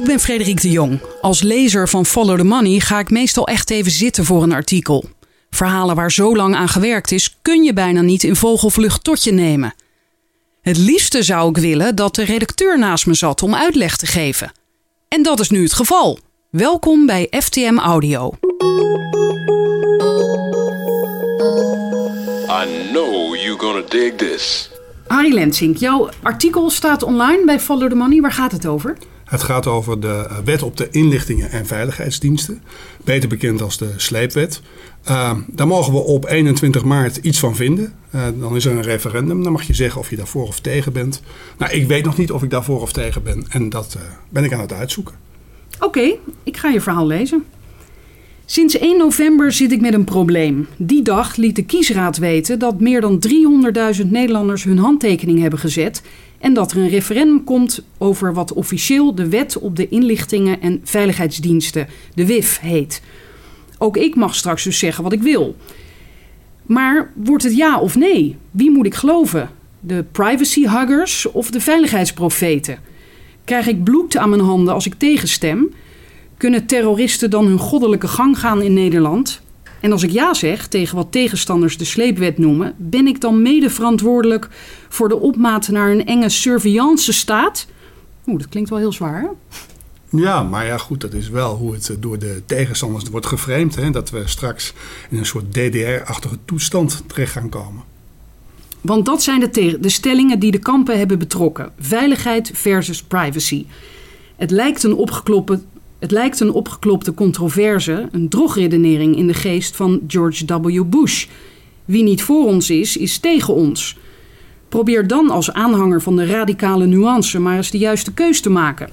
ben Frederik de Jong. Als lezer van Follow the Money ga ik meestal echt even zitten voor een artikel. Verhalen waar zo lang aan gewerkt is, kun je bijna niet in vogelvlucht tot je nemen. Het liefste zou ik willen dat de redacteur naast me zat om uitleg te geven. En dat is nu het geval. Welkom bij FTM Audio. I know you're gonna dig this. Harry Lensink, jouw artikel staat online bij Follow the Money. Waar gaat het over? Het gaat over de wet op de inlichtingen en veiligheidsdiensten. Beter bekend als de sleepwet. Daar mogen we op 21 maart iets van vinden. Dan is er een referendum. Dan mag je zeggen of je daarvoor of tegen bent. Nou, ik weet nog niet of ik daarvoor of tegen ben. En dat ben ik aan het uitzoeken. Oké, ik ga je verhaal lezen. Sinds 1 november zit ik met een probleem. Die dag liet de kiesraad weten dat meer dan 300.000 Nederlanders hun handtekening hebben gezet en dat er een referendum komt over wat officieel de Wet op de Inlichtingen en Veiligheidsdiensten, de WIF, heet. Ook ik mag straks dus zeggen wat ik wil. Maar wordt het ja of nee? Wie moet ik geloven? De privacyhuggers of de veiligheidsprofeten? Krijg ik bloed aan mijn handen als ik tegenstem? Kunnen terroristen dan hun goddelijke gang gaan in Nederland? En als ik ja zeg tegen wat tegenstanders de sleepwet noemen, ben ik dan mede verantwoordelijk voor de opmaat naar een enge surveillance-staat? Dat klinkt wel heel zwaar, hè? Ja, maar ja goed, dat is wel hoe het door de tegenstanders wordt geframed. Hè? Dat we straks in een soort DDR-achtige toestand terecht gaan komen. Want dat zijn de stellingen die de kampen hebben betrokken. Veiligheid versus privacy. Het lijkt een opgeklopte controverse, een drogredenering in de geest van George W. Bush. Wie niet voor ons is tegen ons. Probeer dan als aanhanger van de radicale nuance maar eens de juiste keus te maken.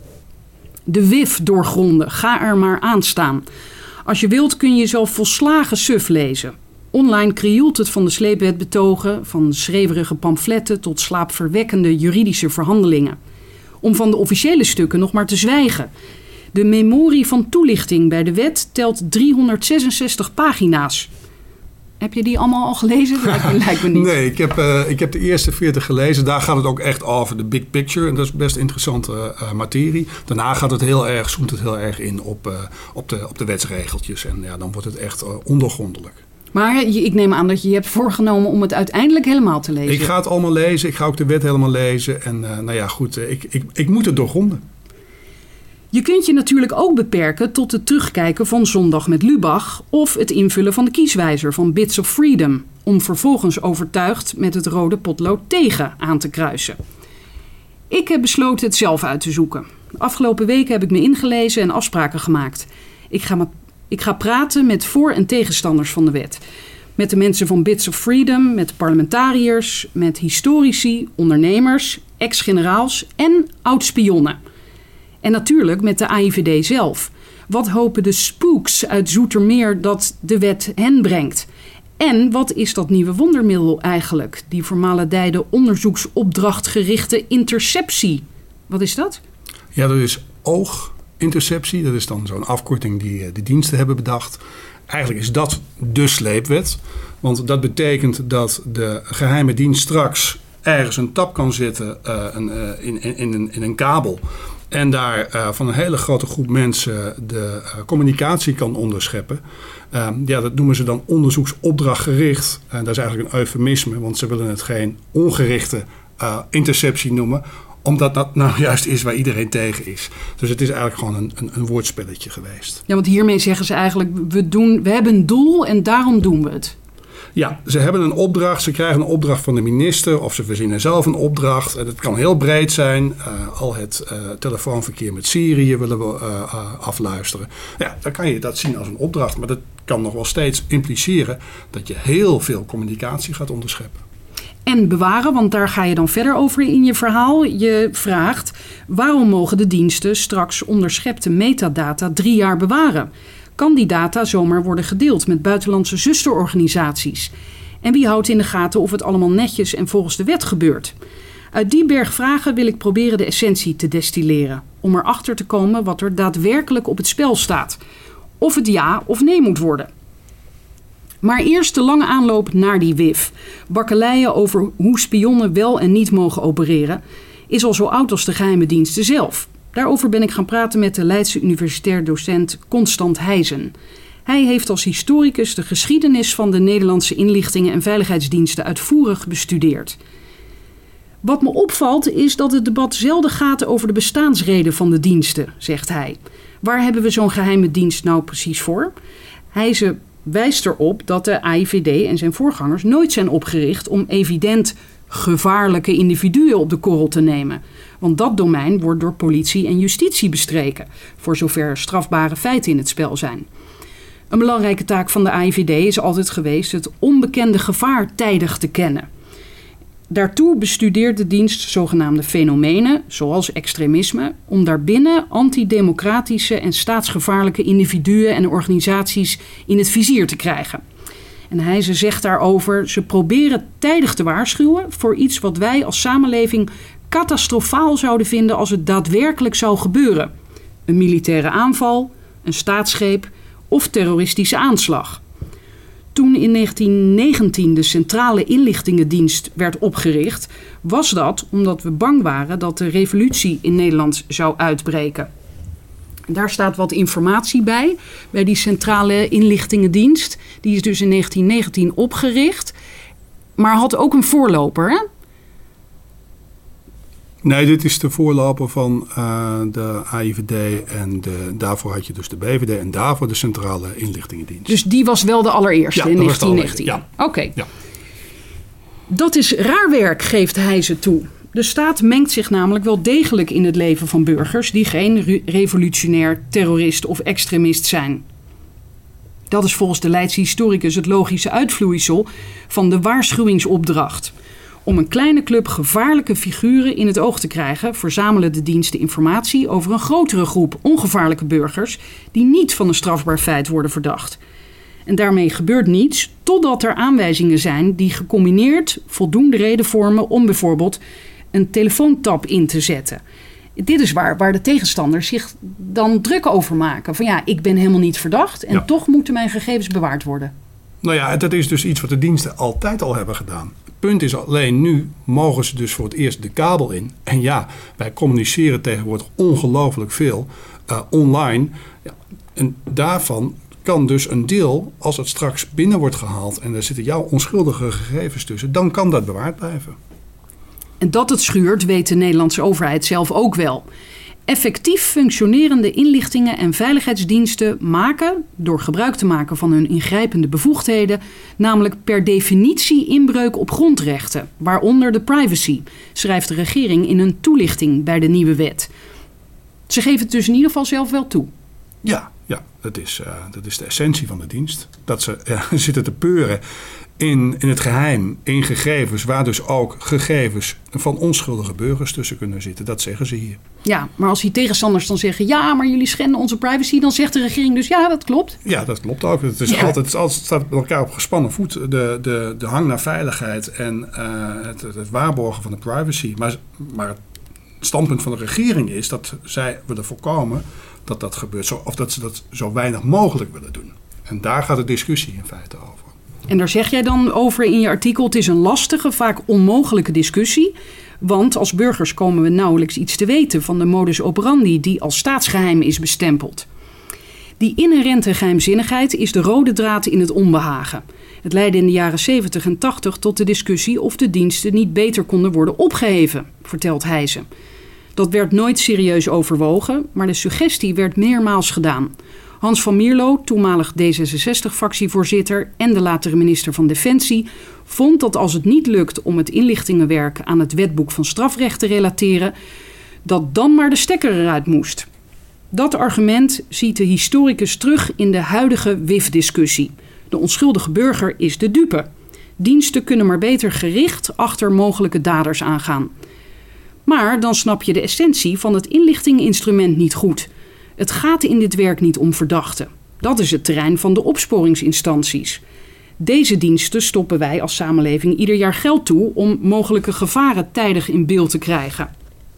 De WIF doorgronden, ga er maar aan staan. Als je wilt kun je jezelf volslagen suf lezen. Online krioelt het van de sleepwetbetogen, van schreeuwerige pamfletten tot slaapverwekkende juridische verhandelingen. Om van de officiële stukken nog maar te zwijgen. De memorie van toelichting bij de wet telt 366 pagina's. Heb je die allemaal al gelezen? Lijkt me niet. Nee, ik heb de eerste 40 gelezen. Daar gaat het ook echt over de big picture. En dat is best interessante materie. Daarna zoomt het heel erg in op de wetsregeltjes. En ja, dan wordt het echt ondoorgrondelijk. Maar ik neem aan dat je hebt voorgenomen om het uiteindelijk helemaal te lezen. Ik ga het allemaal lezen. Ik ga ook de wet helemaal lezen. En ik moet het doorgronden. Je kunt je natuurlijk ook beperken tot het terugkijken van Zondag met Lubach of het invullen van de kieswijzer van Bits of Freedom, om vervolgens overtuigd met het rode potlood tegen aan te kruisen. Ik heb besloten het zelf uit te zoeken. De afgelopen weken heb ik me ingelezen en afspraken gemaakt. Ik ga praten met voor- en tegenstanders van de wet. Met de mensen van Bits of Freedom, met parlementariërs, met historici, ondernemers, ex-generaals en oud-spionnen. En natuurlijk met de AIVD zelf. Wat hopen de spooks uit Zoetermeer dat de wet hen brengt? En wat is dat nieuwe wondermiddel eigenlijk? Die vermaledijde onderzoeksopdrachtgerichte interceptie. Wat is dat? Ja, dat is ooginterceptie. Dat is dan zo'n afkorting die de diensten hebben bedacht. Eigenlijk is dat de sleepwet. Want dat betekent dat de geheime dienst straks ergens een tap kan zetten in een kabel. En daar van een hele grote groep mensen de communicatie kan onderscheppen. Dat noemen ze dan onderzoeksopdrachtgericht. Dat is eigenlijk een eufemisme, want ze willen het geen ongerichte interceptie noemen. Omdat dat nou juist is waar iedereen tegen is. Dus het is eigenlijk gewoon een woordspelletje geweest. Ja, want hiermee zeggen ze eigenlijk, we hebben een doel en daarom doen we het. Ja, ze hebben een opdracht. Ze krijgen een opdracht van de minister of ze verzinnen zelf een opdracht. Het kan heel breed zijn. Al het telefoonverkeer met Syrië willen we afluisteren. Ja, dan kan je dat zien als een opdracht. Maar dat kan nog wel steeds impliceren dat je heel veel communicatie gaat onderscheppen. En bewaren, want daar ga je dan verder over in je verhaal. Je vraagt, waarom mogen de diensten straks onderschepte metadata 3 jaar bewaren? Kan die data zomaar worden gedeeld met buitenlandse zusterorganisaties? En wie houdt in de gaten of het allemaal netjes en volgens de wet gebeurt? Uit die berg vragen wil ik proberen de essentie te destilleren. Om erachter te komen wat er daadwerkelijk op het spel staat. Of het ja of nee moet worden. Maar eerst de lange aanloop naar die WIF. Bakkeleien over hoe spionnen wel en niet mogen opereren is al zo oud als de geheime diensten zelf. Daarover ben ik gaan praten met de Leidse universitair docent Constant Heijzen. Hij heeft als historicus de geschiedenis van de Nederlandse inlichtingen en veiligheidsdiensten uitvoerig bestudeerd. Wat me opvalt is dat het debat zelden gaat over de bestaansreden van de diensten, zegt hij. Waar hebben we zo'n geheime dienst nou precies voor? Heijzen wijst erop dat de AIVD en zijn voorgangers nooit zijn opgericht om evident gevaarlijke individuen op de korrel te nemen. Want dat domein wordt door politie en justitie bestreken, voor zover strafbare feiten in het spel zijn. Een belangrijke taak van de AIVD is altijd geweest het onbekende gevaar tijdig te kennen. Daartoe bestudeert de dienst zogenaamde fenomenen, zoals extremisme, om daarbinnen antidemocratische en staatsgevaarlijke individuen en organisaties in het vizier te krijgen. En Heijzen zegt daarover, ze proberen tijdig te waarschuwen voor iets wat wij als samenleving catastrofaal zouden vinden als het daadwerkelijk zou gebeuren. Een militaire aanval, een staatsgreep of terroristische aanslag. Toen in 1919 de Centrale Inlichtingendienst werd opgericht, was dat omdat we bang waren dat de revolutie in Nederland zou uitbreken. Daar staat wat informatie bij die Centrale Inlichtingendienst. Die is dus in 1919 opgericht, maar had ook een voorloper, hè? Nee, dit is de voorloper van de AIVD en daarvoor had je dus de BVD en daarvoor de Centrale Inlichtingendienst. Dus die was wel de allereerste in 1919? Ja. Oké. Ja. Dat is raar werk, geeft Heijzen toe. De staat mengt zich namelijk wel degelijk in het leven van burgers die geen revolutionair, terrorist of extremist zijn. Dat is volgens de Leidse historicus het logische uitvloeisel van de waarschuwingsopdracht. Om een kleine club gevaarlijke figuren in het oog te krijgen, verzamelen de diensten informatie over een grotere groep ongevaarlijke burgers die niet van een strafbaar feit worden verdacht. En daarmee gebeurt niets totdat er aanwijzingen zijn die gecombineerd voldoende reden vormen om bijvoorbeeld een telefoontap in te zetten. Dit is waar de tegenstanders zich dan druk over maken. Van ja, ik ben helemaal niet verdacht en toch moeten mijn gegevens bewaard worden. Nou ja, dat is dus iets wat de diensten altijd al hebben gedaan. Het punt is alleen, nu mogen ze dus voor het eerst de kabel in. En ja, wij communiceren tegenwoordig ongelooflijk veel online. Ja, en daarvan kan dus een deel, als het straks binnen wordt gehaald en er zitten jouw onschuldige gegevens tussen, dan kan dat bewaard blijven. En dat het schuurt, weet de Nederlandse overheid zelf ook wel. Effectief functionerende inlichtingen en veiligheidsdiensten maken, door gebruik te maken van hun ingrijpende bevoegdheden, namelijk per definitie inbreuk op grondrechten, waaronder de privacy, schrijft de regering in een toelichting bij de nieuwe wet. Ze geven het dus in ieder geval zelf wel toe. Ja, dat is de essentie van de dienst. Dat ze zitten te peuren in het geheim, in gegevens, waar dus ook gegevens van onschuldige burgers tussen kunnen zitten. Dat zeggen ze hier. Ja, maar als die tegenstanders dan zeggen, ja, maar jullie schenden onze privacy, dan zegt de regering dus, ja, dat klopt. Ja, dat klopt ook. Het staat met elkaar op gespannen voet. De hang naar veiligheid en het waarborgen van de privacy. Maar het standpunt van de regering is dat zij willen voorkomen dat dat gebeurt, of dat ze dat zo weinig mogelijk willen doen. En daar gaat de discussie in feite over. En daar zeg jij dan over in je artikel, het is een lastige, vaak onmogelijke discussie. Want als burgers komen we nauwelijks iets te weten van de modus operandi die als staatsgeheim is bestempeld. Die inherente geheimzinnigheid is de rode draad in het onbehagen. Het leidde in de jaren 70 en 80 tot de discussie of de diensten niet beter konden worden opgeheven, vertelt Heijzen. Dat werd nooit serieus overwogen, maar de suggestie werd meermaals gedaan. Hans van Mierlo, toenmalig D66-fractievoorzitter en de latere minister van Defensie, vond dat als het niet lukt om het inlichtingenwerk aan het wetboek van strafrecht te relateren, dat dan maar de stekker eruit moest. Dat argument ziet de historicus terug in de huidige WIF-discussie. De onschuldige burger is de dupe. Diensten kunnen maar beter gericht achter mogelijke daders aangaan. Maar dan snap je de essentie van het inlichtingeninstrument niet goed. Het gaat in dit werk niet om verdachten. Dat is het terrein van de opsporingsinstanties. Deze diensten stoppen wij als samenleving ieder jaar geld toe om mogelijke gevaren tijdig in beeld te krijgen.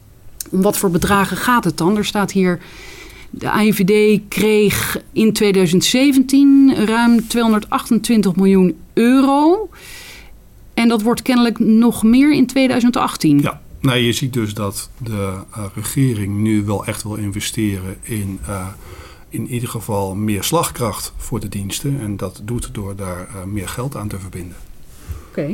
Om wat voor bedragen gaat het dan? Er staat hier, de AIVD kreeg in 2017 ruim 228 miljoen euro. En dat wordt kennelijk nog meer in 2018. Ja. Nou, je ziet dus dat de regering nu wel echt wil investeren in ieder geval meer slagkracht voor de diensten. En dat doet door daar meer geld aan te verbinden. Oké.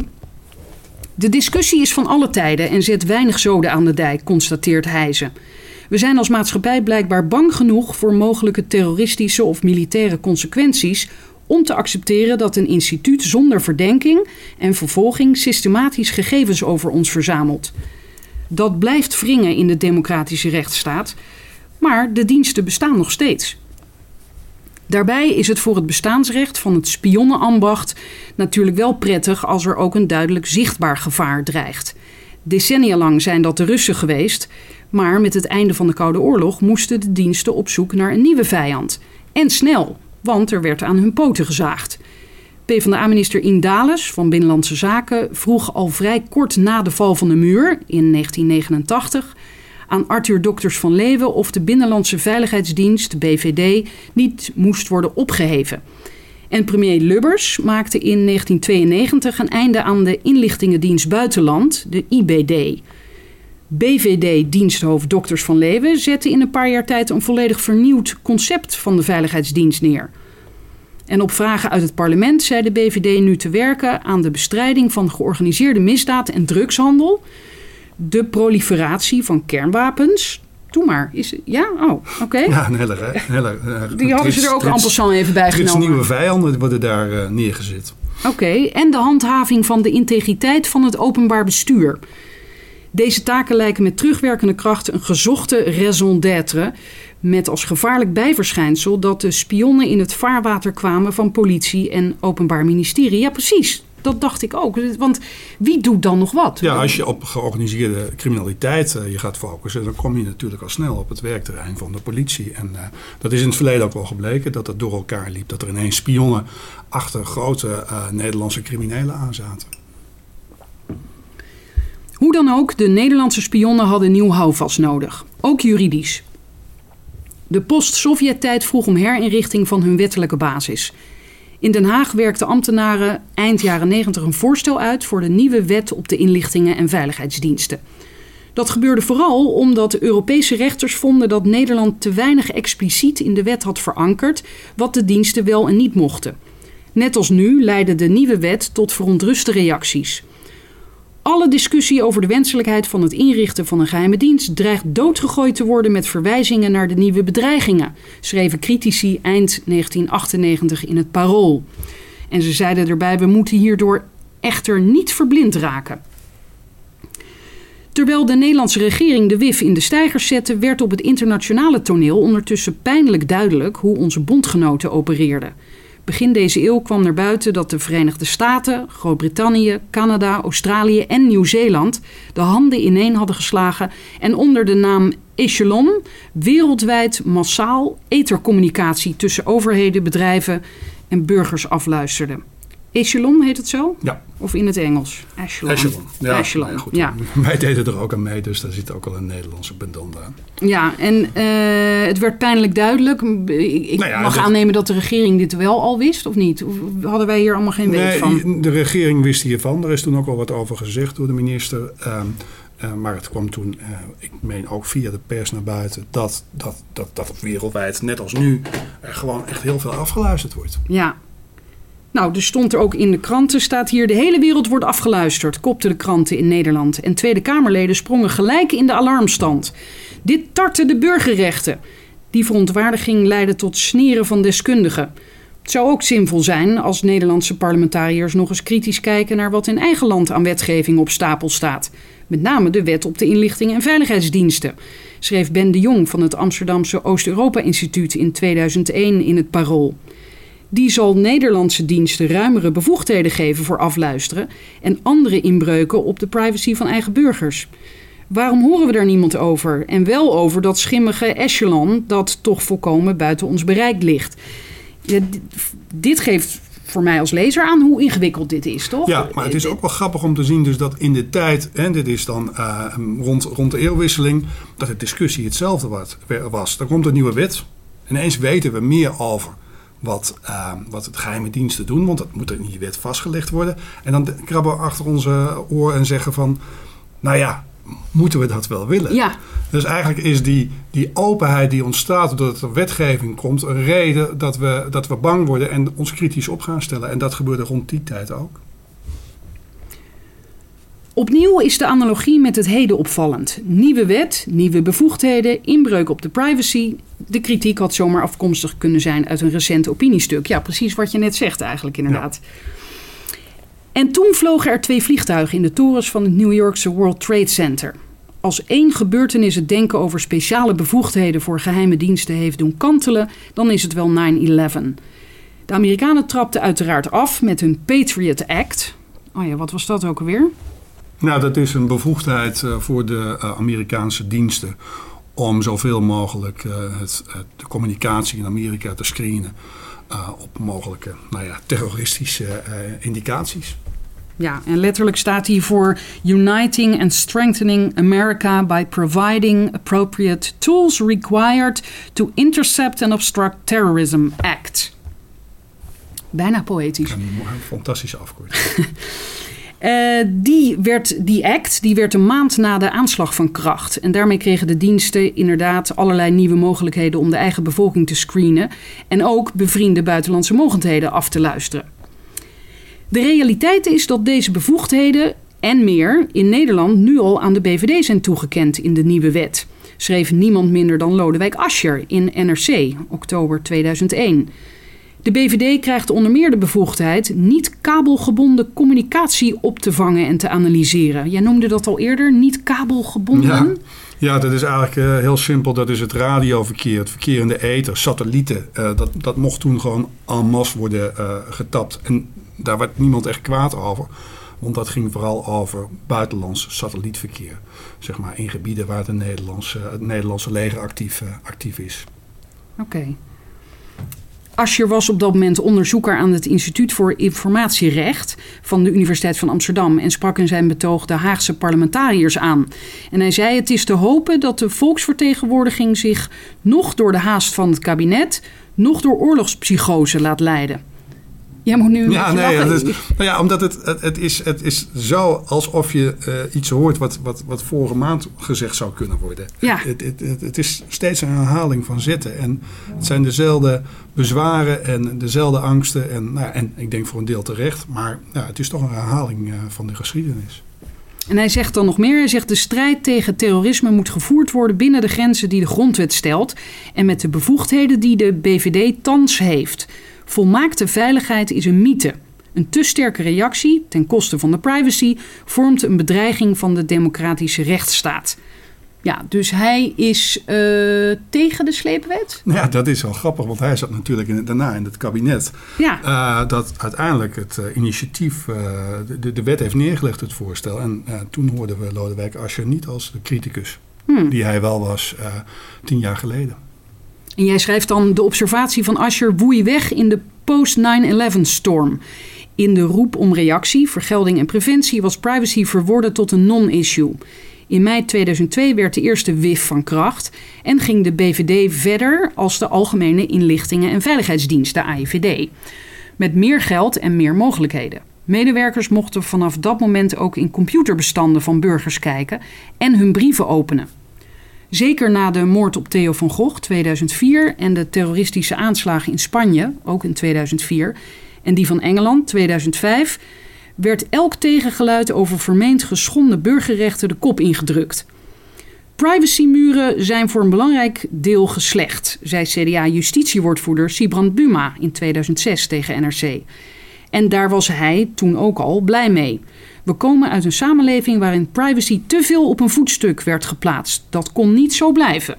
De discussie is van alle tijden en zet weinig zoden aan de dijk, constateert Heijzen. We zijn als maatschappij blijkbaar bang genoeg voor mogelijke terroristische of militaire consequenties om te accepteren dat een instituut zonder verdenking en vervolging systematisch gegevens over ons verzamelt. Dat blijft wringen in de democratische rechtsstaat, maar de diensten bestaan nog steeds. Daarbij is het voor het bestaansrecht van het spionnenambacht natuurlijk wel prettig als er ook een duidelijk zichtbaar gevaar dreigt. Decennia lang zijn dat de Russen geweest, maar met het einde van de Koude Oorlog moesten de diensten op zoek naar een nieuwe vijand. En snel, want er werd aan hun poten gezaagd. PvdA-minister Indales van Binnenlandse Zaken vroeg al vrij kort na de val van de muur in 1989... aan Arthur Dokters van Leeuwen of de Binnenlandse Veiligheidsdienst, BVD, niet moest worden opgeheven. En premier Lubbers maakte in 1992 een einde aan de Inlichtingendienst Buitenland, de IBD. BVD-diensthoofd Dokters van Leeuwen zette in een paar jaar tijd een volledig vernieuwd concept van de veiligheidsdienst neer. En op vragen uit het parlement zei de BVD nu te werken aan de bestrijding van georganiseerde misdaad en drugshandel, de proliferatie van kernwapens. Doe maar. Ja? Oh, oké. Ja, een hele die hadden ze er ook en passant even bij genomen. Nieuwe vijanden worden daar neergezet. Oké, en de handhaving van de integriteit van het openbaar bestuur. Deze taken lijken met terugwerkende kracht een gezochte raison d'être, met als gevaarlijk bijverschijnsel dat de spionnen in het vaarwater kwamen van politie en openbaar ministerie. Ja, precies. Dat dacht ik ook. Want wie doet dan nog wat? Ja, als je op georganiseerde criminaliteit je gaat focussen, dan kom je natuurlijk al snel op het werkterrein van de politie. En dat is in het verleden ook wel gebleken, dat het door elkaar liep. Dat er ineens spionnen achter grote Nederlandse criminelen aanzaten. Hoe dan ook, de Nederlandse spionnen hadden nieuw houvast nodig. Ook juridisch. De post-Sovjet-tijd vroeg om herinrichting van hun wettelijke basis. In Den Haag werkten ambtenaren eind jaren 90 een voorstel uit voor de nieuwe wet op de inlichtingen en veiligheidsdiensten. Dat gebeurde vooral omdat de Europese rechters vonden dat Nederland te weinig expliciet in de wet had verankerd wat de diensten wel en niet mochten. Net als nu leidde de nieuwe wet tot verontruste reacties. Alle discussie over de wenselijkheid van het inrichten van een geheime dienst dreigt doodgegooid te worden met verwijzingen naar de nieuwe bedreigingen, schreven critici eind 1998 in het Parool. En ze zeiden erbij, we moeten hierdoor echter niet verblind raken. Terwijl de Nederlandse regering de WIF in de steigers zette, werd op het internationale toneel ondertussen pijnlijk duidelijk hoe onze bondgenoten opereerden. Begin deze eeuw kwam naar buiten dat de Verenigde Staten, Groot-Brittannië, Canada, Australië en Nieuw-Zeeland de handen ineen hadden geslagen en onder de naam Echelon wereldwijd massaal ethercommunicatie tussen overheden, bedrijven en burgers afluisterden. Echelon heet het zo? Ja. Of in het Engels? Echelon. Ja, Echelon. Nee, goed. Ja. Wij deden er ook aan mee, dus daar zit ook al een Nederlandse pendant aan. Ja, en het werd pijnlijk duidelijk. Ik mag aannemen dat de regering dit wel al wist, of niet? Of hadden wij hier allemaal geen weet van? De regering wist hiervan. Er is toen ook al wat over gezegd door de minister. Maar het kwam toen, ik meen ook via de pers naar buiten, dat wereldwijd, net als nu, gewoon echt heel veel afgeluisterd wordt. Ja. Nou, dus stond er ook in de kranten, staat hier, de hele wereld wordt afgeluisterd, kopten de kranten in Nederland. En Tweede Kamerleden sprongen gelijk in de alarmstand. Dit tartte de burgerrechten. Die verontwaardiging leidde tot sneren van deskundigen. Het zou ook zinvol zijn als Nederlandse parlementariërs nog eens kritisch kijken naar wat in eigen land aan wetgeving op stapel staat. Met name de wet op de inlichtingen en veiligheidsdiensten, schreef Ben de Jong van het Amsterdamse Oost-Europa-instituut in 2001 in het Parool. Die zal Nederlandse diensten ruimere bevoegdheden geven voor afluisteren en andere inbreuken op de privacy van eigen burgers. Waarom horen we daar niemand over? En wel over dat schimmige echelon dat toch volkomen buiten ons bereik ligt. Ja, dit geeft voor mij als lezer aan hoe ingewikkeld dit is, toch? Ja, maar het is ook wel grappig om te zien dus dat in de tijd, en dit is dan rond de eeuwwisseling, dat de discussie hetzelfde was. Er komt een nieuwe wet. Ineens weten we meer over wat het geheime diensten doen, want dat moet er in die wet vastgelegd worden. En dan krabben we achter onze oor en zeggen van, nou ja, moeten we dat wel willen? Ja. Dus eigenlijk is die openheid die ontstaat doordat er wetgeving komt een reden dat we bang worden en ons kritisch op gaan stellen. En dat gebeurde rond die tijd ook. Opnieuw is de analogie met het heden opvallend. Nieuwe wet, nieuwe bevoegdheden, inbreuk op de privacy. De kritiek had zomaar afkomstig kunnen zijn uit een recent opiniestuk. Ja, precies wat je net zegt eigenlijk inderdaad. Ja. En toen vlogen er 2 vliegtuigen in de torens van het New Yorkse World Trade Center. Als één gebeurtenis het denken over speciale bevoegdheden voor geheime diensten heeft doen kantelen, dan is het wel 9/11. De Amerikanen trapten uiteraard af met hun Patriot Act. Oh ja, wat was dat ook alweer? Nou, dat is een bevoegdheid voor de Amerikaanse diensten om zoveel mogelijk de communicatie in Amerika te screenen op mogelijke terroristische indicaties. Ja, en letterlijk staat hier voor Uniting and Strengthening America by providing appropriate tools required to intercept and obstruct terrorism act. Bijna poëtisch. Een fantastische afkorting. Die act werd een maand na de aanslag van kracht. En daarmee kregen de diensten inderdaad allerlei nieuwe mogelijkheden om de eigen bevolking te screenen. En ook bevriende buitenlandse mogendheden af te luisteren. De realiteit is dat deze bevoegdheden en meer in Nederland nu al aan de BVD zijn toegekend in de nieuwe wet. Schreef niemand minder dan Lodewijk Asscher in NRC, oktober 2001. De BVD krijgt onder meer de bevoegdheid niet kabelgebonden communicatie op te vangen en te analyseren. Jij noemde dat al eerder, niet kabelgebonden. Ja, dat is eigenlijk heel simpel. Dat is het radioverkeer, het verkeer in de ether, satellieten. Dat mocht toen gewoon en masse worden getapt. En daar werd niemand echt kwaad over. Want dat ging vooral over buitenlands satellietverkeer. Zeg maar in gebieden waar het Nederlandse leger actief is. Oké. Asscher was op dat moment onderzoeker aan het Instituut voor Informatierecht van de Universiteit van Amsterdam en sprak in zijn betoog de Haagse parlementariërs aan. En hij zei: het is te hopen dat de volksvertegenwoordiging zich nog door de haast van het kabinet, nog door oorlogspsychose laat leiden. Jij moet nu omdat het is zo alsof je iets hoort wat vorige maand gezegd zou kunnen worden. Ja. Het is steeds een herhaling van zitten. En het zijn dezelfde bezwaren en dezelfde angsten. En ik denk voor een deel terecht. Maar het is toch een herhaling van de geschiedenis. En hij zegt dan nog meer. Hij zegt: de strijd tegen terrorisme moet gevoerd worden binnen de grenzen die de grondwet stelt. En met de bevoegdheden die de BVD thans heeft. Volmaakte veiligheid is een mythe. Een te sterke reactie, ten koste van de privacy, vormt een bedreiging van de democratische rechtsstaat. Ja, dus hij is tegen de sleepwet? Ja, dat is wel grappig, want hij zat natuurlijk daarna in het kabinet. Ja. Dat uiteindelijk het initiatief, de wet heeft neergelegd, het voorstel. En toen hoorden we Lodewijk Asscher niet als de criticus, die hij wel was 10 jaar geleden. En jij schrijft dan: de observatie van Asscher woei weg in de post-9/11 storm. In de roep om reactie, vergelding en preventie was privacy verworden tot een non-issue. In mei 2002 werd de eerste WIF van kracht en ging de BVD verder als de Algemene Inlichtingen- en Veiligheidsdienst, de AIVD. Met meer geld en meer mogelijkheden. Medewerkers mochten vanaf dat moment ook in computerbestanden van burgers kijken en hun brieven openen. Zeker na de moord op Theo van Gogh 2004 en de terroristische aanslagen in Spanje, ook in 2004, en die van Engeland 2005, werd elk tegengeluid over vermeend geschonden burgerrechten de kop ingedrukt. Privacymuren zijn voor een belangrijk deel geslecht, zei CDA-justitiewoordvoerder Sibrand Buma in 2006 tegen NRC. En daar was hij toen ook al blij mee. We komen uit een samenleving waarin privacy te veel op een voetstuk werd geplaatst. Dat kon niet zo blijven.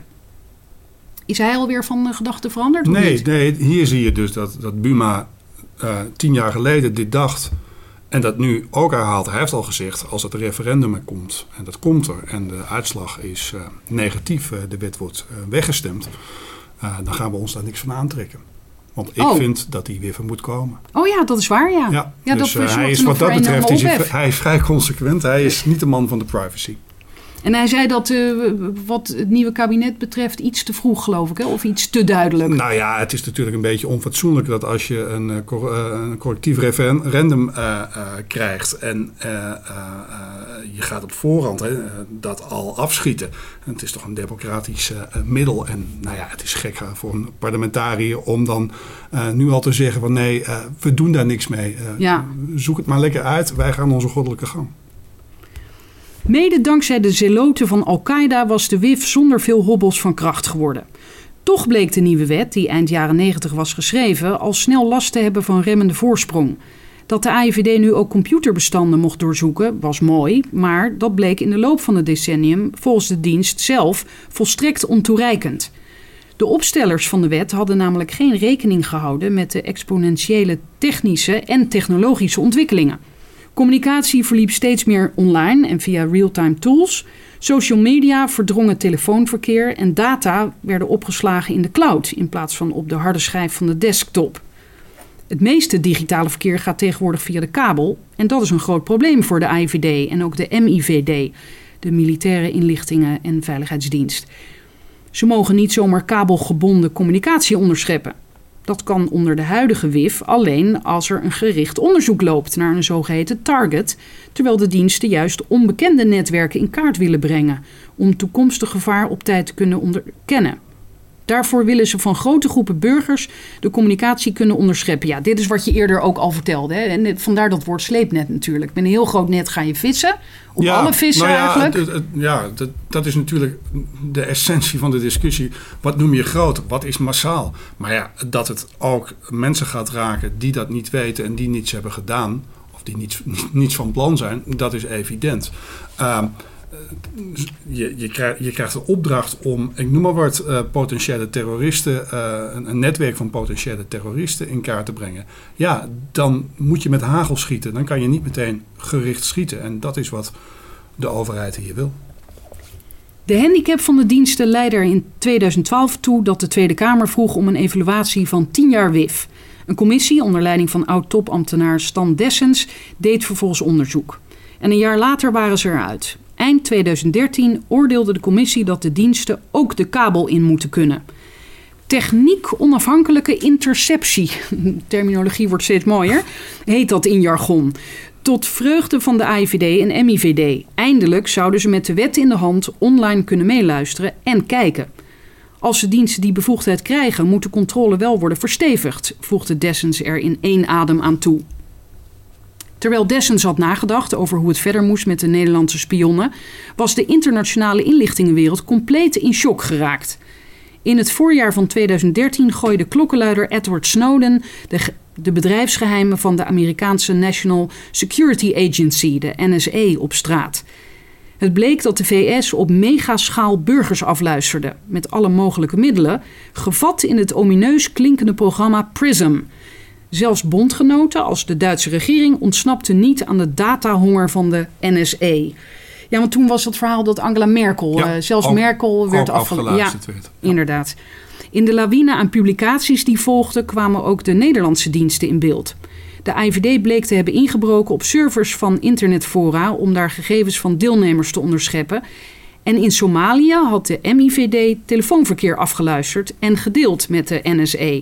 Is hij alweer van gedachten veranderd? Nee, hier zie je dus dat Buma 10 jaar geleden dit dacht en dat nu ook herhaalt. Hij heeft al gezegd, als het referendum er komt, en dat komt er, en de uitslag is negatief, de wet wordt weggestemd, dan gaan we ons daar niks van aantrekken. Want ik vind dat die WIF moet komen. Oh ja, dat is waar, ja. Dus dat hij is wat dat betreft hij is vrij consequent. Hij is niet de man van de privacy. En hij zei dat wat het nieuwe kabinet betreft iets te vroeg, geloof ik, hè? Of iets te duidelijk. Nou ja, het is natuurlijk een beetje onfatsoenlijk dat als je een correctief referendum krijgt en je gaat op voorhand dat al afschieten. En het is toch een democratisch middel. En nou ja, het is gek voor een parlementariër om dan nu al te zeggen van nee, we doen daar niks mee. Zoek het maar lekker uit, wij gaan onze goddelijke gang. Mede dankzij de zeloten van Al-Qaeda was de WIF zonder veel hobbels van kracht geworden. Toch bleek de nieuwe wet, die eind jaren 90 was geschreven, al snel last te hebben van remmende voorsprong. Dat de AIVD nu ook computerbestanden mocht doorzoeken was mooi, maar dat bleek in de loop van het decennium volgens de dienst zelf volstrekt ontoereikend. De opstellers van de wet hadden namelijk geen rekening gehouden met de exponentiële technische en technologische ontwikkelingen. Communicatie verliep steeds meer online en via real-time tools. Social media verdrongen telefoonverkeer en data werden opgeslagen in de cloud in plaats van op de harde schijf van de desktop. Het meeste digitale verkeer gaat tegenwoordig via de kabel en dat is een groot probleem voor de AIVD en ook de MIVD, de Militaire Inlichtingen en Veiligheidsdienst. Ze mogen niet zomaar kabelgebonden communicatie onderscheppen. Dat kan onder de huidige WIF alleen als er een gericht onderzoek loopt naar een zogeheten target, terwijl de diensten juist onbekende netwerken in kaart willen brengen om toekomstig gevaar op tijd te kunnen onderkennen. Daarvoor willen ze van grote groepen burgers de communicatie kunnen onderscheppen. Ja, dit is wat je eerder ook al vertelde. Hè? En vandaar dat woord sleepnet natuurlijk. Met een heel groot net ga je vissen. Op alle vissen eigenlijk. Dat is natuurlijk de essentie van de discussie. Wat noem je groot? Wat is massaal? Maar ja, dat het ook mensen gaat raken die dat niet weten en die niets hebben gedaan. Of die niets van plan zijn. Dat is evident. Je krijgt de opdracht om, ik noem maar wat, potentiële terroristen, een netwerk van potentiële terroristen in kaart te brengen. Ja, dan moet je met hagel schieten. Dan kan je niet meteen gericht schieten. En dat is wat de overheid hier wil. De handicap van de diensten leidde er in 2012 toe dat de Tweede Kamer vroeg om een evaluatie van 10 jaar WIF. Een commissie onder leiding van oud-topambtenaar Stan Dessens deed vervolgens onderzoek. En een jaar later waren ze eruit. Eind 2013 oordeelde de commissie dat de diensten ook de kabel in moeten kunnen. Techniek onafhankelijke interceptie, terminologie wordt steeds mooier, heet dat in jargon. Tot vreugde van de AIVD en MIVD. Eindelijk zouden ze met de wet in de hand online kunnen meeluisteren en kijken. Als de diensten die bevoegdheid krijgen, moet de controle wel worden verstevigd, voegde Dessens er in één adem aan toe. Terwijl Dessens had nagedacht over hoe het verder moest met de Nederlandse spionnen, was de internationale inlichtingenwereld compleet in shock geraakt. In het voorjaar van 2013 gooide klokkenluider Edward Snowden de bedrijfsgeheimen van de Amerikaanse National Security Agency, de NSA, op straat. Het bleek dat de VS op megaschaal burgers afluisterde, met alle mogelijke middelen, gevat in het omineus klinkende programma PRISM. Zelfs bondgenoten als de Duitse regering ontsnapten niet aan de datahonger van de NSA. Ja, want toen was het verhaal dat Angela Merkel, zelfs Merkel werd afgeluisterd. Ja, inderdaad. In de lawine aan publicaties die volgden kwamen ook de Nederlandse diensten in beeld. De AIVD bleek te hebben ingebroken op servers van internetfora om daar gegevens van deelnemers te onderscheppen. En in Somalië had de MIVD telefoonverkeer afgeluisterd en gedeeld met de NSA.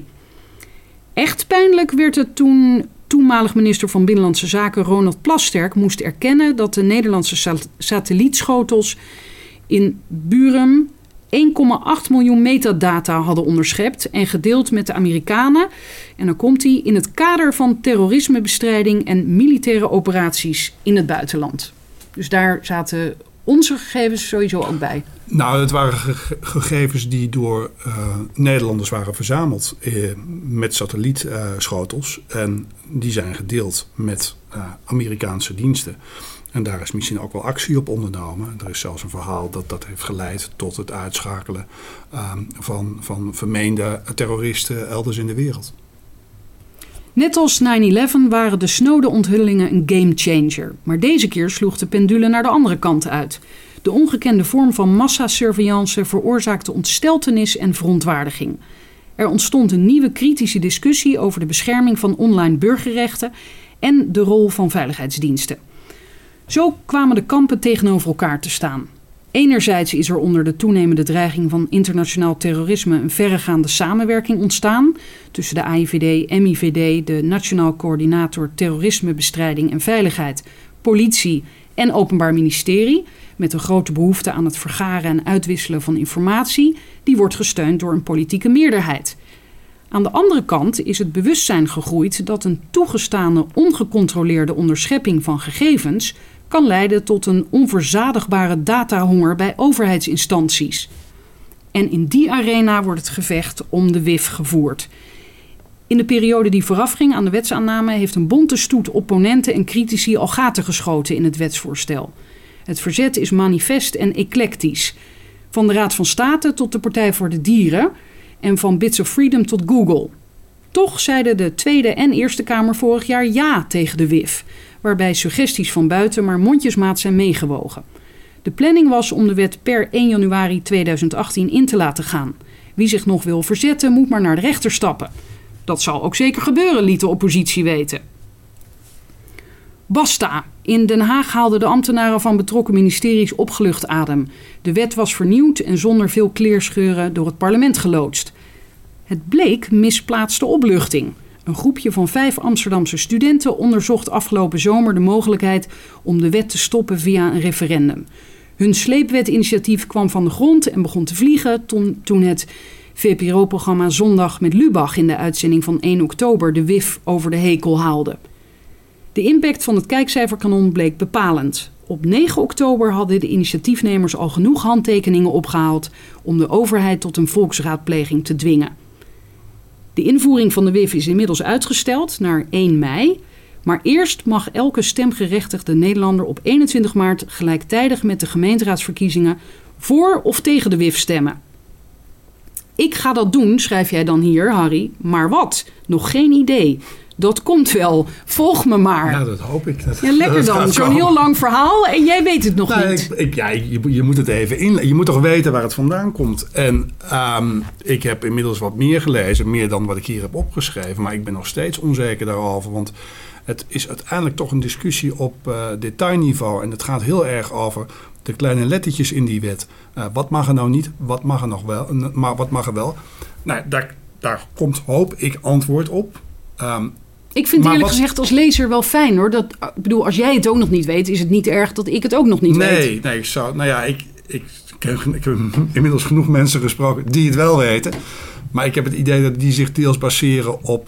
Echt pijnlijk werd het toen toenmalig minister van Binnenlandse Zaken Ronald Plasterk moest erkennen dat de Nederlandse satellietschotels in Burum 1,8 miljoen metadata hadden onderschept en gedeeld met de Amerikanen. En dan komt hij in het kader van terrorismebestrijding en militaire operaties in het buitenland. Dus daar zaten onze gegevens sowieso ook bij. Nou, het waren gegevens die door Nederlanders waren verzameld met satellietschotels. En die zijn gedeeld met Amerikaanse diensten. En daar is misschien ook wel actie op ondernomen. Er is zelfs een verhaal dat heeft geleid tot het uitschakelen van vermeende terroristen elders in de wereld. Net als 9/11 waren de Snowden-onthullingen een gamechanger. Maar deze keer sloeg de pendule naar de andere kant uit. De ongekende vorm van massasurveillance veroorzaakte ontsteltenis en verontwaardiging. Er ontstond een nieuwe kritische discussie over de bescherming van online burgerrechten en de rol van veiligheidsdiensten. Zo kwamen de kampen tegenover elkaar te staan. Enerzijds is er onder de toenemende dreiging van internationaal terrorisme een verregaande samenwerking ontstaan tussen de AIVD, MIVD, de Nationaal Coördinator Terrorismebestrijding en Veiligheid, politie en Openbaar Ministerie, met een grote behoefte aan het vergaren en uitwisselen van informatie, die wordt gesteund door een politieke meerderheid. Aan de andere kant is het bewustzijn gegroeid dat een toegestane ongecontroleerde onderschepping van gegevens kan leiden tot een onverzadigbare datahonger bij overheidsinstanties. En in die arena wordt het gevecht om de WIF gevoerd. In de periode die voorafging aan de wetsaanname heeft een bonte stoet opponenten en critici al gaten geschoten in het wetsvoorstel. Het verzet is manifest en eclectisch. Van de Raad van State tot de Partij voor de Dieren en van Bits of Freedom tot Google. Toch zeiden de Tweede en Eerste Kamer vorig jaar ja tegen de WIF, waarbij suggesties van buiten maar mondjesmaat zijn meegewogen. De planning was om de wet per 1 januari 2018 in te laten gaan. Wie zich nog wil verzetten, moet maar naar de rechter stappen. Dat zal ook zeker gebeuren, liet de oppositie weten. Basta. In Den Haag haalden de ambtenaren van betrokken ministeries opgelucht adem. De wet was vernieuwd en zonder veel kleerscheuren door het parlement geloodst. Het bleek misplaatste opluchting. Een groepje van 5 Amsterdamse studenten onderzocht afgelopen zomer de mogelijkheid om de wet te stoppen via een referendum. Hun sleepwetinitiatief kwam van de grond en begon te vliegen toen het VPRO-programma Zondag met Lubach in de uitzending van 1 oktober de WIF over de hekel haalde. De impact van het kijkcijferkanon bleek bepalend. Op 9 oktober hadden de initiatiefnemers al genoeg handtekeningen opgehaald om de overheid tot een volksraadpleging te dwingen. De invoering van de WIF is inmiddels uitgesteld naar 1 mei. Maar eerst mag elke stemgerechtigde Nederlander op 21 maart gelijktijdig met de gemeenteraadsverkiezingen voor of tegen de WIF stemmen. Ik ga dat doen, schrijf jij dan hier, Harry. Maar wat? Nog geen idee. Dat komt wel. Volg me maar. Ja, dat hoop ik. Ja, lekker dan. Zo'n heel lang verhaal en jij weet het nog niet. Je moet het even in. Je moet toch weten waar het vandaan komt. En ik heb inmiddels wat meer gelezen. Meer dan wat ik hier heb opgeschreven. Maar ik ben nog steeds onzeker daarover. Want het is uiteindelijk toch een discussie op detailniveau. En het gaat heel erg over de kleine lettertjes in die wet. Wat mag er nou niet? Wat mag er nog wel? Maar wat mag er wel? Nou, daar komt, hoop ik, antwoord op. Ik vind het eerlijk gezegd als lezer wel fijn hoor. Ik bedoel, als jij het ook nog niet weet, is het niet erg dat ik het ook nog niet weet. Nee, ik heb inmiddels genoeg mensen gesproken die het wel weten. Maar ik heb het idee dat die zich deels baseren op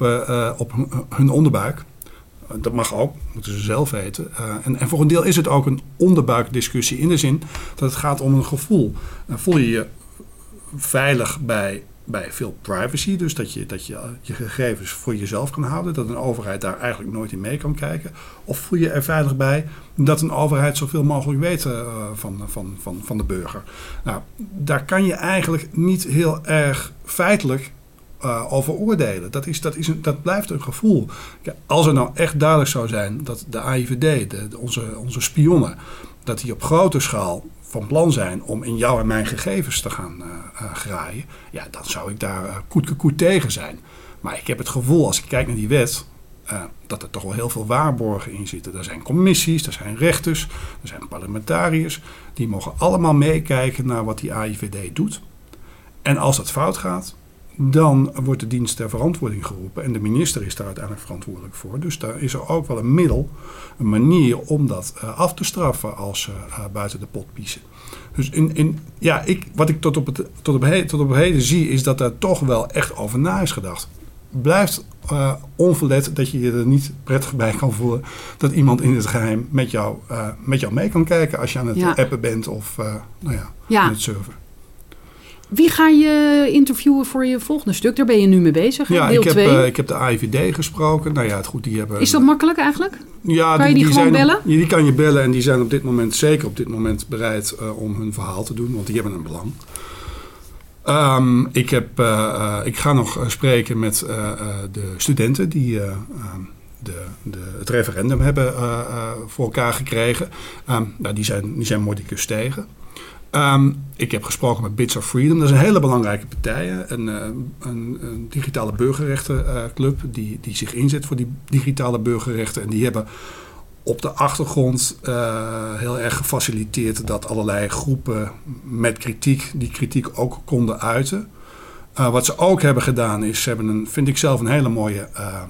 hun onderbuik. Dat mag ook, moeten ze zelf weten. En voor een deel is het ook een onderbuikdiscussie in de zin dat het gaat om een gevoel. Voel je je veilig bij veel privacy, dus dat je je gegevens voor jezelf kan houden, dat een overheid daar eigenlijk nooit in mee kan kijken. Of voel je er veilig bij dat een overheid zoveel mogelijk weet van de burger. Nou, daar kan je eigenlijk niet heel erg feitelijk over oordelen. Dat blijft een gevoel. Kijk, als er nou echt duidelijk zou zijn dat de AIVD, onze spionnen, dat die op grote schaal van plan zijn om in jouw en mijn gegevens te gaan graaien, ja, dan zou ik daar koet tegen zijn. Maar ik heb het gevoel, als ik kijk naar die wet, dat er toch wel heel veel waarborgen in zitten. Er zijn commissies, er zijn rechters, er zijn parlementariërs. Die mogen allemaal meekijken naar wat die AIVD doet. En als dat fout gaat, dan wordt de dienst ter verantwoording geroepen. En de minister is daar uiteindelijk verantwoordelijk voor. Dus daar is er ook wel een middel, een manier om dat af te straffen als ze buiten de pot piezen. Dus wat ik tot op heden zie, is dat daar toch wel echt over na is gedacht. Blijft onverlet dat je je er niet prettig bij kan voelen dat iemand in het geheim met jou mee kan kijken als je aan het appen bent of aan het surfen. Wie ga je interviewen voor je volgende stuk? Daar ben je nu mee bezig, hè? Ja, Deel 2. Ik heb de AIVD gesproken. Nou ja, die hebben... Is dat makkelijk eigenlijk? Ja, kan je die gewoon bellen? Die kan je bellen en die zijn zeker op dit moment bereid om hun verhaal te doen, want die hebben een belang. Ik ga nog spreken met de studenten die het referendum hebben voor elkaar gekregen. Die zijn mordicus tegen. Ik heb gesproken met Bits of Freedom. Dat is een hele belangrijke partij. Een digitale burgerrechtenclub die zich inzet voor die digitale burgerrechten. En die hebben op de achtergrond heel erg gefaciliteerd dat allerlei groepen met kritiek die kritiek ook konden uiten. Wat ze ook hebben gedaan is, ze hebben vind ik zelf een hele mooie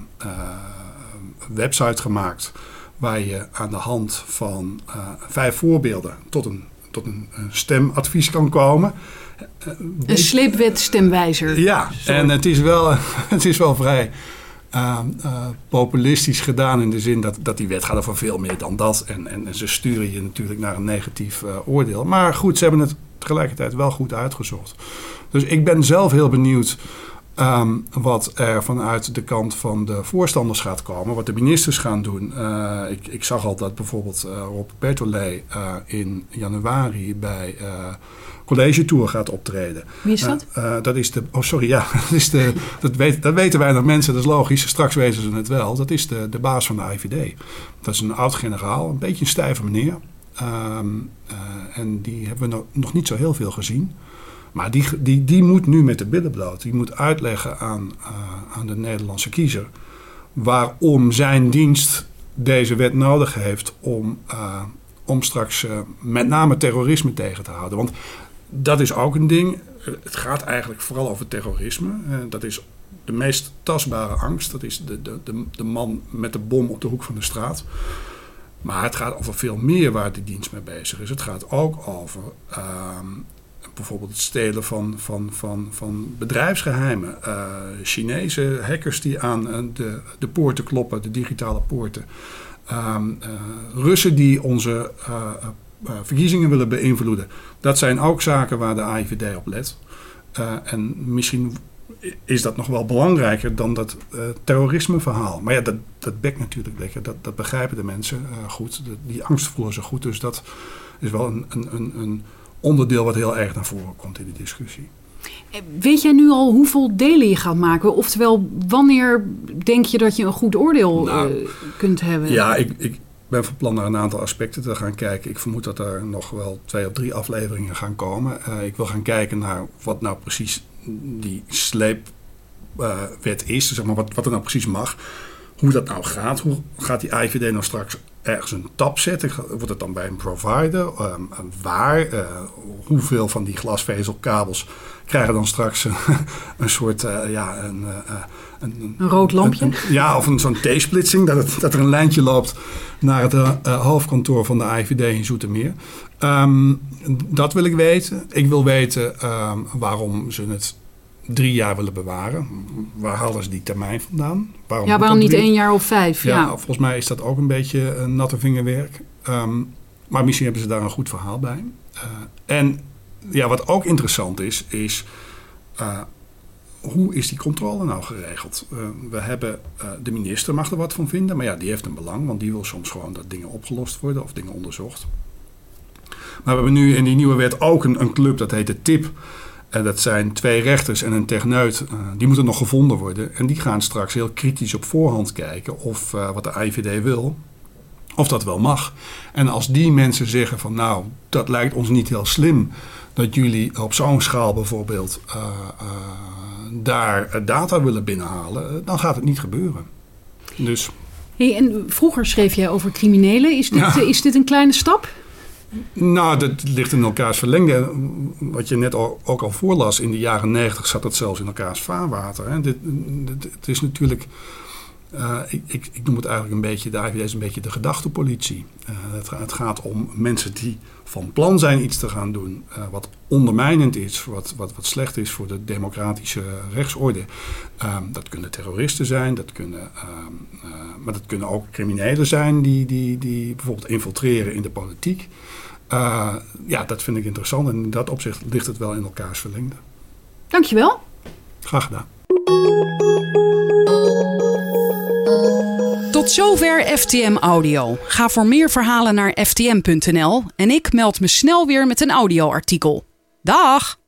website gemaakt waar je aan de hand van 5 voorbeelden tot een stemadvies kan komen. Een sleepwet stemwijzer. Ja, en het is wel vrij populistisch gedaan in de zin dat die wet gaat over veel meer dan dat. En ze sturen je natuurlijk naar een negatief oordeel. Maar goed, ze hebben het tegelijkertijd wel goed uitgezocht. Dus ik ben zelf heel benieuwd wat er vanuit de kant van de voorstanders gaat komen. Wat de ministers gaan doen. Ik zag al dat bijvoorbeeld Rob Bertolet in januari bij College Tour gaat optreden. Wie is dat? Dat is dat weten weinig mensen, dat is logisch. Straks weten ze het wel. Dat is de baas van de IVD. Dat is een oud-generaal, een beetje een stijve meneer. En die hebben we nog niet zo heel veel gezien. Maar die moet nu met de billen bloot. Die moet uitleggen aan de Nederlandse kiezer waarom zijn dienst deze wet nodig heeft om straks met name terrorisme tegen te houden. Want dat is ook een ding. Het gaat eigenlijk vooral over terrorisme. Dat is de meest tastbare angst. Dat is de man met de bom op de hoek van de straat. Maar het gaat over veel meer waar de dienst mee bezig is. Het gaat ook over bijvoorbeeld het stelen van bedrijfsgeheimen. Chinese hackers die aan de poorten kloppen, de digitale poorten. Russen die onze verkiezingen willen beïnvloeden. Dat zijn ook zaken waar de AIVD op let. En misschien is dat nog wel belangrijker dan dat terrorismeverhaal. Maar ja, dat bekt natuurlijk lekker. Dat begrijpen de mensen goed. Die angst voelen ze goed. Dus dat is wel een onderdeel wat heel erg naar voren komt in de discussie. Weet jij nu al hoeveel delen je gaat maken? Oftewel, wanneer denk je dat je een goed oordeel kunt hebben? Ja, ik ben van plan naar een aantal aspecten te gaan kijken. Ik vermoed dat er nog wel 2 of 3 afleveringen gaan komen. Ik wil gaan kijken naar wat nou precies die sleepwet is. Zeg maar wat er nou precies mag. Hoe dat nou gaat. Hoe gaat die IVD nou straks ergens een tap zetten? Wordt het dan bij een provider? Waar? Hoeveel van die glasvezelkabels krijgen dan straks een soort een rood lampje? Of zo'n T-splitsing. Dat er een lijntje loopt naar het hoofdkantoor van de IVD in Zoetermeer. Dat wil ik weten. Ik wil weten waarom ze het 3 jaar willen bewaren. Waar halen ze die termijn vandaan? Waarom niet 1 jaar of 5? Ja, volgens mij is dat ook een beetje natte vingerwerk. Maar misschien hebben ze daar een goed verhaal bij. En wat ook interessant is hoe is die controle nou geregeld? We hebben, de minister mag er wat van vinden, maar die heeft een belang, want die wil soms gewoon dat dingen opgelost worden of dingen onderzocht. Maar we hebben nu in die nieuwe wet ook een club, dat heet de TIP. En dat zijn 2 rechters en een techneut. Die moeten nog gevonden worden. En die gaan straks heel kritisch op voorhand kijken of wat de IVD wil, of dat wel mag. En als die mensen zeggen van dat lijkt ons niet heel slim dat jullie op zo'n schaal bijvoorbeeld daar data willen binnenhalen, dan gaat het niet gebeuren. Dus. Hey, en vroeger schreef jij over criminelen. Is dit een kleine stap? Nou, dat ligt in elkaars verlengde. Wat je net ook al voorlas, in de jaren 90 zat het zelfs in elkaars vaarwater. Hè. Het is natuurlijk, ik noem het eigenlijk een beetje, de IVD is een beetje de gedachtepolitie. Het gaat om mensen die van plan zijn iets te gaan doen, wat ondermijnend is, wat slecht is voor de democratische rechtsorde. Dat kunnen terroristen zijn, maar dat kunnen ook criminelen zijn die bijvoorbeeld infiltreren in de politiek. Dat vind ik interessant en in dat opzicht ligt het wel in elkaars verlengde. Dankjewel. Graag gedaan. Tot zover FTM Audio. Ga voor meer verhalen naar ftm.nl en ik meld me snel weer met een audioartikel. Dag!